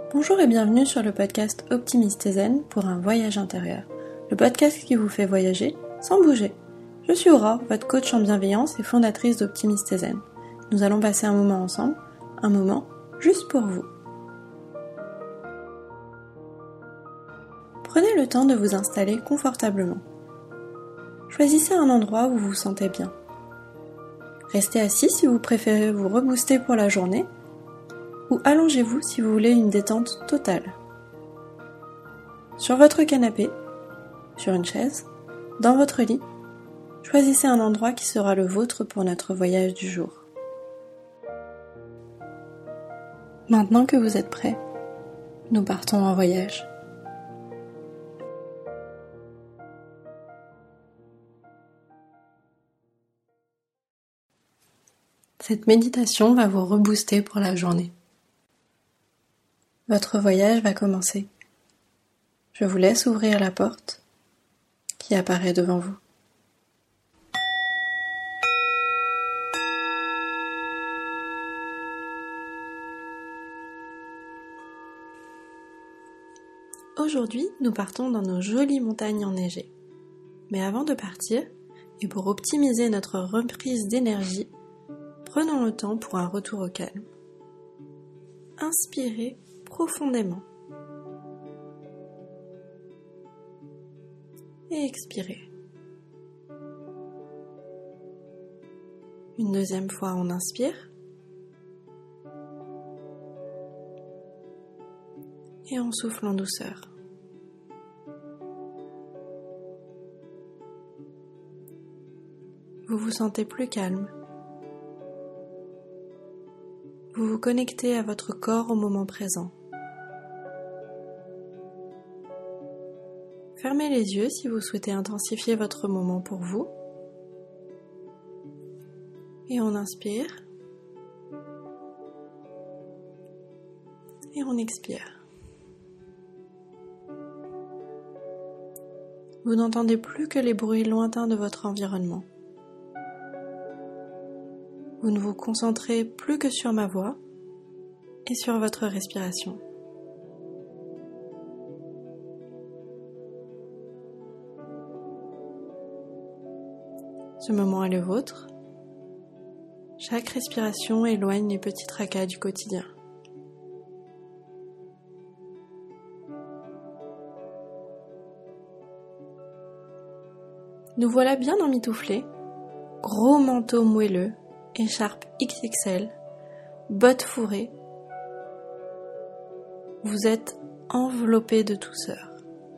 Bonjour et bienvenue sur le podcast Optimiste et Zen pour un voyage intérieur. Le podcast qui vous fait voyager sans bouger. Je suis Aurore, votre coach en bienveillance et fondatrice d'Optimiste et Zen. Nous allons passer un moment ensemble, un moment juste pour vous. Prenez le temps de vous installer confortablement. Choisissez un endroit où vous vous sentez bien. Restez assis si vous préférez vous rebooster pour la journée ou allongez-vous si vous voulez une détente totale. Sur votre canapé, sur une chaise, dans votre lit, choisissez un endroit qui sera le vôtre pour notre voyage du jour. Maintenant que vous êtes prêts, nous partons en voyage. Cette méditation va vous rebooster pour la journée. Votre voyage va commencer. Je vous laisse ouvrir la porte qui apparaît devant vous. Aujourd'hui, nous partons dans nos jolies montagnes enneigées. Mais avant de partir, et pour optimiser notre reprise d'énergie, prenons le temps pour un retour au calme. Inspirez profondément. Et expirez. Une deuxième fois, on inspire. Et on souffle en douceur. Vous vous sentez plus calme. Vous vous connectez à votre corps au moment présent. Fermez les yeux si vous souhaitez intensifier votre moment pour vous. Et on inspire. Et on expire. Vous n'entendez plus que les bruits lointains de votre environnement. Vous ne vous concentrez plus que sur ma voix et sur votre respiration. Ce moment est le vôtre. Chaque respiration éloigne les petits tracas du quotidien. Nous voilà bien emmitouflés, gros manteau moelleux, écharpe XXL, bottes fourrées. Vous êtes enveloppé de douceur.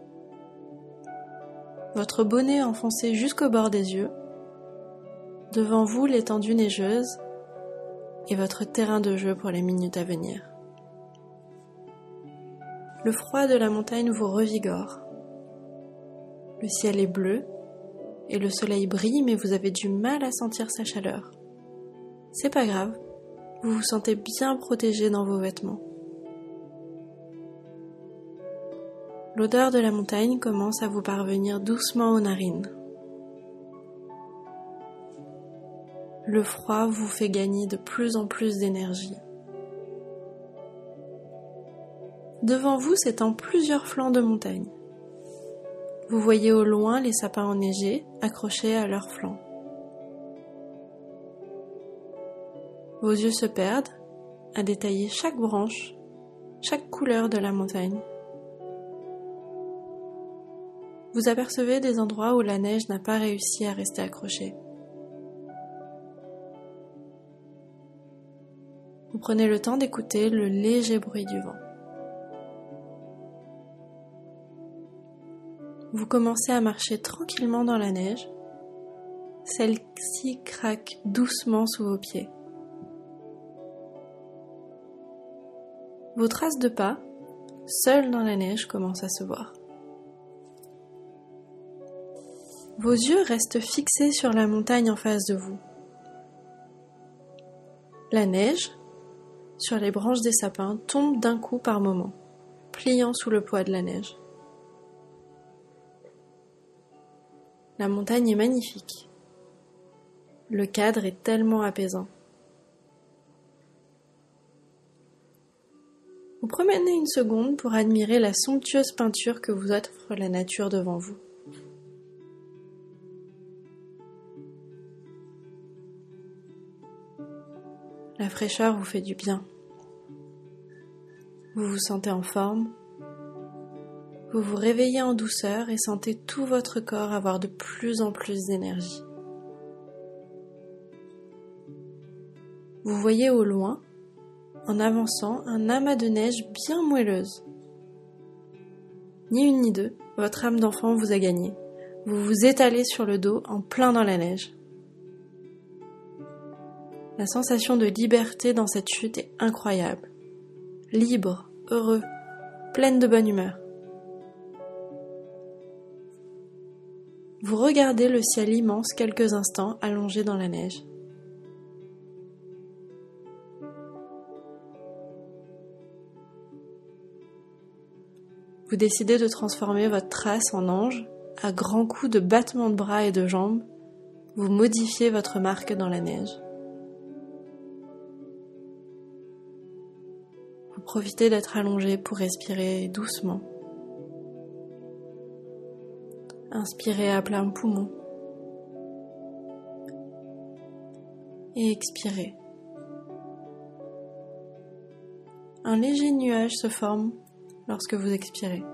Votre bonnet enfoncé jusqu'au bord des yeux, devant vous l'étendue neigeuse et votre terrain de jeu pour les minutes à venir. Le froid de la montagne vous revigore. Le ciel est bleu et le soleil brille, mais vous avez du mal à sentir sa chaleur. C'est pas grave, vous vous sentez bien protégé dans vos vêtements. L'odeur de la montagne commence à vous parvenir doucement aux narines. Le froid vous fait gagner de plus en plus d'énergie. Devant vous s'étendent plusieurs flancs de montagne. Vous voyez au loin les sapins enneigés accrochés à leurs flancs. Vos yeux se perdent à détailler chaque branche, chaque couleur de la montagne. Vous apercevez des endroits où la neige n'a pas réussi à rester accrochée. Vous prenez le temps d'écouter le léger bruit du vent. Vous commencez à marcher tranquillement dans la neige. Celle-ci craque doucement sous vos pieds. Vos traces de pas, seules dans la neige, commencent à se voir. Vos yeux restent fixés sur la montagne en face de vous. La neige, sur les branches des sapins, tombe d'un coup par moments, pliant sous le poids de la neige. La montagne est magnifique. Le cadre est tellement apaisant. Vous prenez une seconde pour admirer la somptueuse peinture que vous offre la nature devant vous. La fraîcheur vous fait du bien. Vous vous sentez en forme. Vous vous réveillez en douceur et sentez tout votre corps avoir de plus en plus d'énergie. Vous voyez au loin, en avançant, un amas de neige bien moelleuse. Ni une ni deux, votre âme d'enfant vous a gagné. Vous vous étalez sur le dos en plein dans la neige. La sensation de liberté dans cette chute est incroyable. Libre, heureux, pleine de bonne humeur. Vous regardez le ciel immense quelques instants allongé dans la neige. Vous décidez de transformer votre trace en ange. À grands coups de battements de bras et de jambes, vous modifiez votre marque dans la neige. Vous profitez d'être allongé pour respirer doucement. Inspirez à plein poumon. Et expirez. Un léger nuage se forme lorsque vous expirez.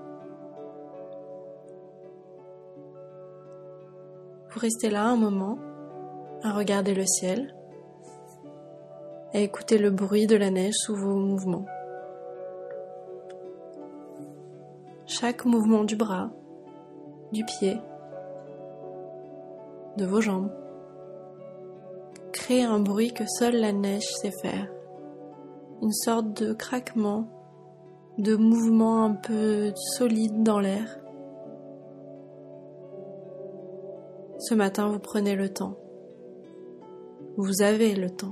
Vous restez là un moment, à regarder le ciel, à écouter le bruit de la neige sous vos mouvements. Chaque mouvement du bras, du pied, de vos jambes, crée un bruit que seule la neige sait faire. Une sorte de craquement, de mouvement un peu solide dans l'air. Ce matin, vous prenez le temps. Vous avez le temps.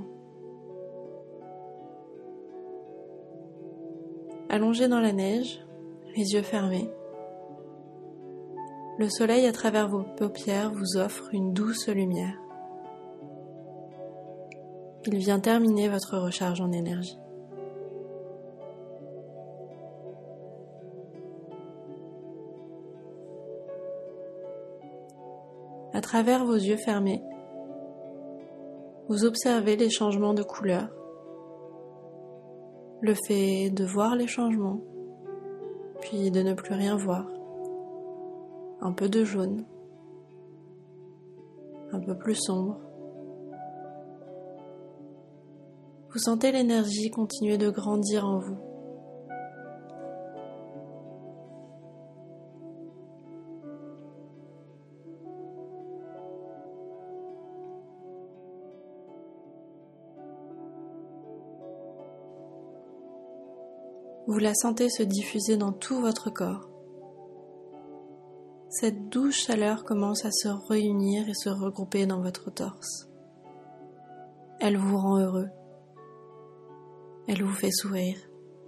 Allongé dans la neige, les yeux fermés, le soleil à travers vos paupières vous offre une douce lumière. Il vient terminer votre recharge en énergie. À travers vos yeux fermés, vous observez les changements de couleur, le fait de voir les changements, puis de ne plus rien voir. Un peu de jaune, un peu plus sombre. Vous sentez l'énergie continuer de grandir en vous. Vous la sentez se diffuser dans tout votre corps. Cette douce chaleur commence à se réunir et se regrouper dans votre torse. Elle vous rend heureux. Elle vous fait sourire.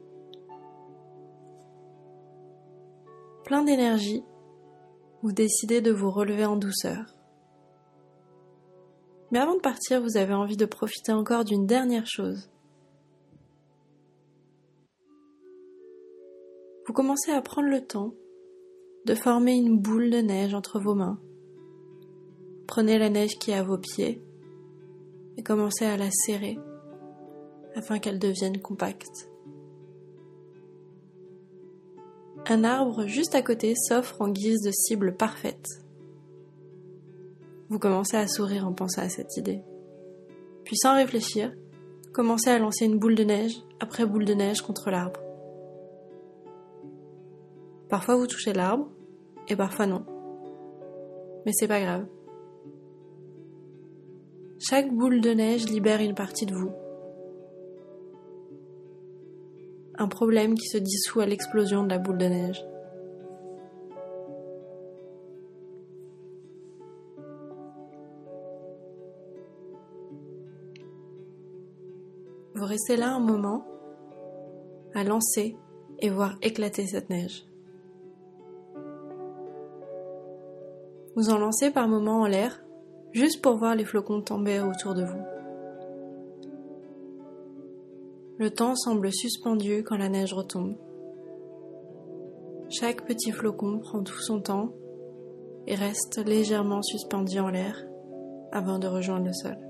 Plein d'énergie, vous décidez de vous relever en douceur. Mais avant de partir, vous avez envie de profiter encore d'une dernière chose. Vous commencez à prendre le temps de former une boule de neige entre vos mains. Prenez la neige qui est à vos pieds et commencez à la serrer afin qu'elle devienne compacte. Un arbre juste à côté s'offre en guise de cible parfaite. Vous commencez à sourire en pensant à cette idée. Puis sans réfléchir, commencez à lancer une boule de neige après boule de neige contre l'arbre. Parfois vous touchez l'arbre, et parfois non. Mais c'est pas grave. Chaque boule de neige libère une partie de vous. Un problème qui se dissout à l'explosion de la boule de neige. Vous restez là un moment à lancer et voir éclater cette neige. Vous en lancez par moments en l'air, juste pour voir les flocons tomber autour de vous. Le temps semble suspendu quand la neige retombe. Chaque petit flocon prend tout son temps et reste légèrement suspendu en l'air avant de rejoindre le sol.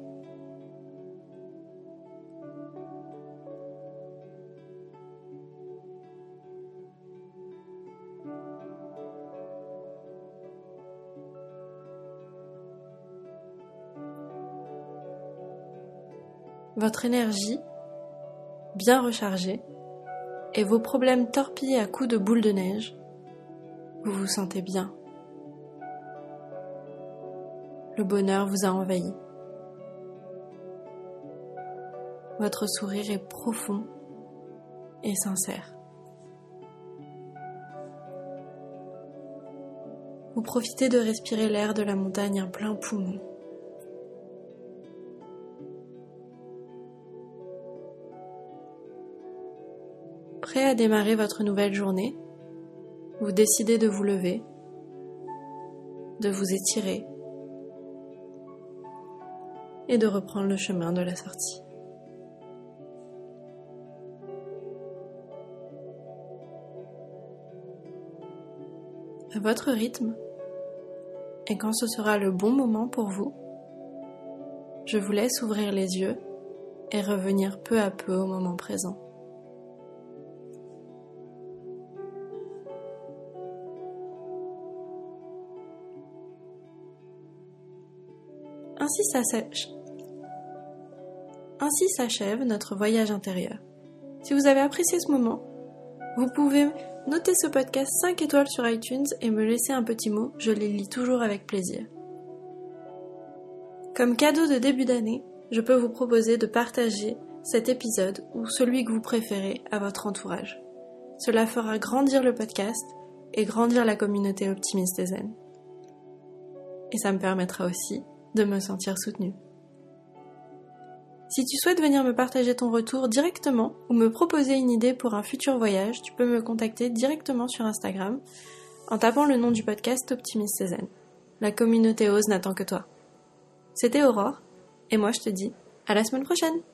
Votre énergie, bien rechargée, et vos problèmes torpillés à coups de boules de neige, vous vous sentez bien. Le bonheur vous a envahi. Votre sourire est profond et sincère. Vous profitez de respirer l'air de la montagne à plein poumon. Prêt à démarrer votre nouvelle journée, vous décidez de vous lever, de vous étirer et de reprendre le chemin de la sortie. À votre rythme, et quand ce sera le bon moment pour vous, je vous laisse ouvrir les yeux et revenir peu à peu au moment présent. Ainsi s'achève notre voyage intérieur. Si vous avez apprécié ce moment, vous pouvez noter ce podcast 5 étoiles sur iTunes et me laisser un petit mot, je les lis toujours avec plaisir. Comme cadeau de début d'année, je peux vous proposer de partager cet épisode ou celui que vous préférez à votre entourage. Cela fera grandir le podcast et grandir la communauté optimiste et zen. Et ça me permettra aussi de me sentir soutenue. Si tu souhaites venir me partager ton retour directement ou me proposer une idée pour un futur voyage, tu peux me contacter directement sur Instagram en tapant le nom du podcast Optimiste et Zen. La communauté Ose n'attend que toi. C'était Aurore et moi je te dis à la semaine prochaine.